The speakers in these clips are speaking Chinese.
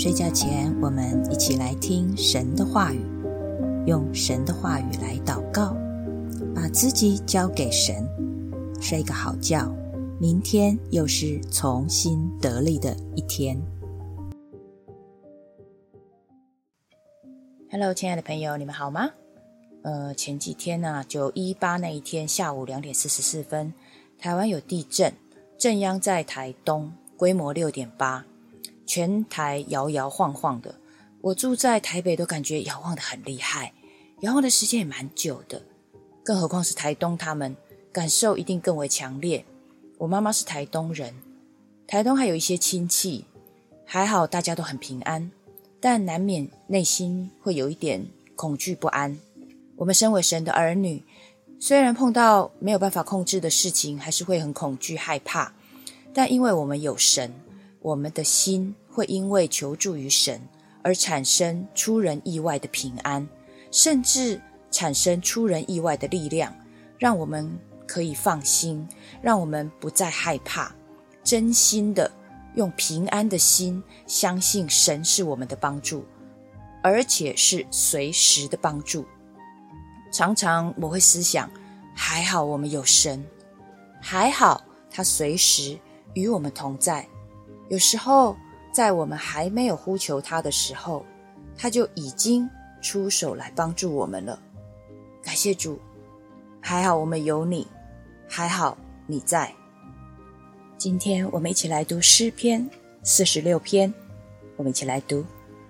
睡觉前，我们一起来听神的话语，用神的话语来祷告，把自己交给神，睡个好觉，明天又是重新得力的一天。Hello， 亲爱的朋友，你们好吗？前几天呢，9/18那一天下午2点44分，台湾有地震，震央在台东，规模6.8，全台摇摇晃晃的。我住在台北都感觉摇晃得很厉害，摇晃的时间也蛮久的，更何况是台东，他们感受一定更为强烈。我妈妈是台东人，台东还有一些亲戚，还好大家都很平安，但难免内心会有一点恐惧不安。我们身为神的儿女，虽然碰到没有办法控制的事情，还是会很恐惧害怕，但因为我们有神，我们的心会因为求助于神而产生出人意外的平安，甚至产生出人意外的力量，让我们可以放心，让我们不再害怕，真心的用平安的心相信神是我们的帮助，而且是随时的帮助。常常我会思想，还好我们有神，还好他随时与我们同在。有时候在我们还没有呼求他的时候，他就已经出手来帮助我们了。感谢主，还好我们有你，还好你在。今天我们一起来读诗篇46篇，我们一起来读。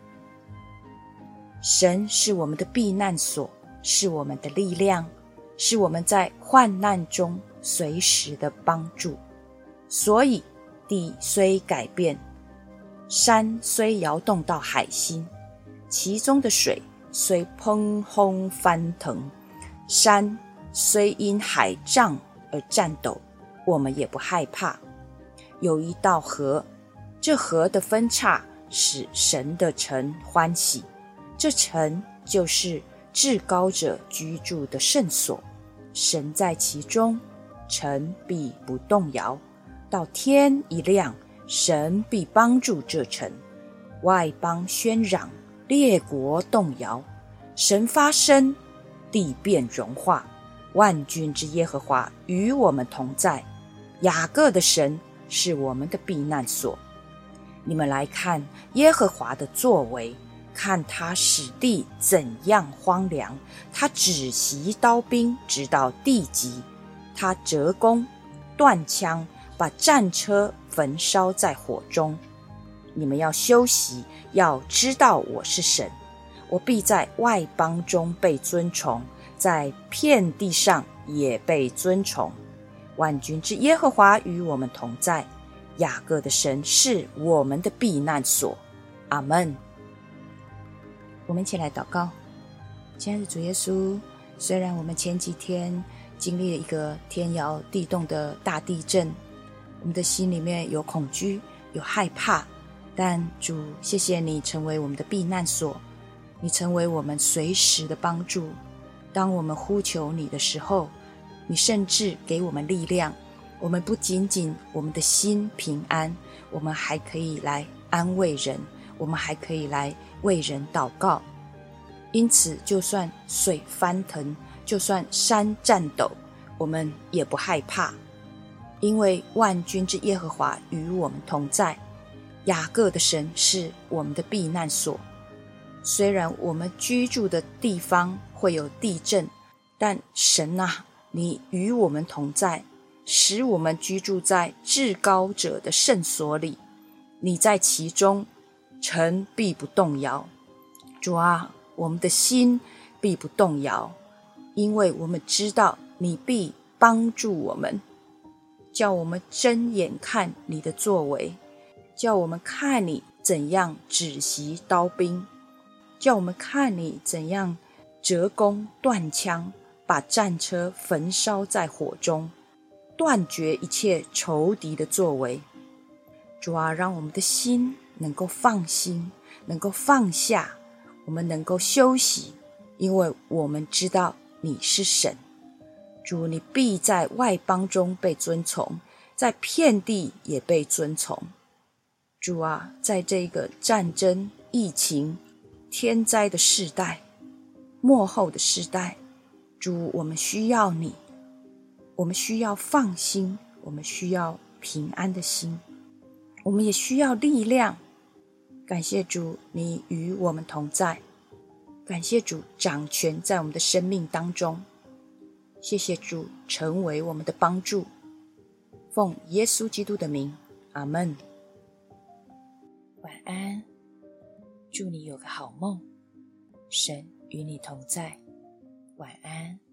神是我们的避难所，是我们的力量，是我们在患难中随时的帮助。所以地虽改变，山虽摇动到海心，其中的水虽砰轰翻腾，山虽因海涨而颤抖，我们也不害怕。有一道河，这河的分叉使神的城欢喜，这城就是至高者居住的圣所，神在其中，城必不动摇。到天一亮，神必帮助这城。外邦喧嚷，列国动摇，神发声，地变融化。万军之耶和华与我们同在，雅各的神是我们的避难所。你们来看耶和华的作为，看他使地怎样荒凉，他止息刀兵直到地极，他折弓断枪，把战车焚烧在火中。你们要休息，要知道我是神，我必在外邦中被尊崇，在遍地上也被尊崇。万军之耶和华与我们同在，雅各的神是我们的避难所。阿们。我们一起来祷告。亲爱的主耶稣，虽然我们前几天经历了一个天摇地动的大地震，我们的心里面有恐惧，有害怕，但主，谢谢你成为我们的避难所，你成为我们随时的帮助。当我们呼求你的时候，你甚至给我们力量，我们不仅仅我们的心平安，我们还可以来安慰人，我们还可以来为人祷告。因此就算水翻腾，就算山颤抖，我们也不害怕，因为万军之耶和华与我们同在，雅各的神是我们的避难所。虽然我们居住的地方会有地震，但神啊，你与我们同在，使我们居住在至高者的圣所里，你在其中，城必不动摇。主啊，我们的心必不动摇，因为我们知道你必帮助我们，叫我们睁眼看你的作为，叫我们看你怎样止息刀兵，叫我们看你怎样折弓断枪，把战车焚烧在火中，断绝一切仇敌的作为。主啊，让我们的心能够放心，能够放下，我们能够休息，因为我们知道你是神。主，你必在外邦中被尊崇，在遍地也被尊崇。 主啊，在这个战争、疫情、天灾的世代，末后的世代，主，我们需要你，我们需要放心，我们需要平安的心，我们也需要力量。感谢主，你与我们同在，感谢主掌权在我们的生命当中，谢谢主成为我们的帮助，奉耶稣基督的名，阿们。晚安，祝你有个好梦，神与你同在，晚安。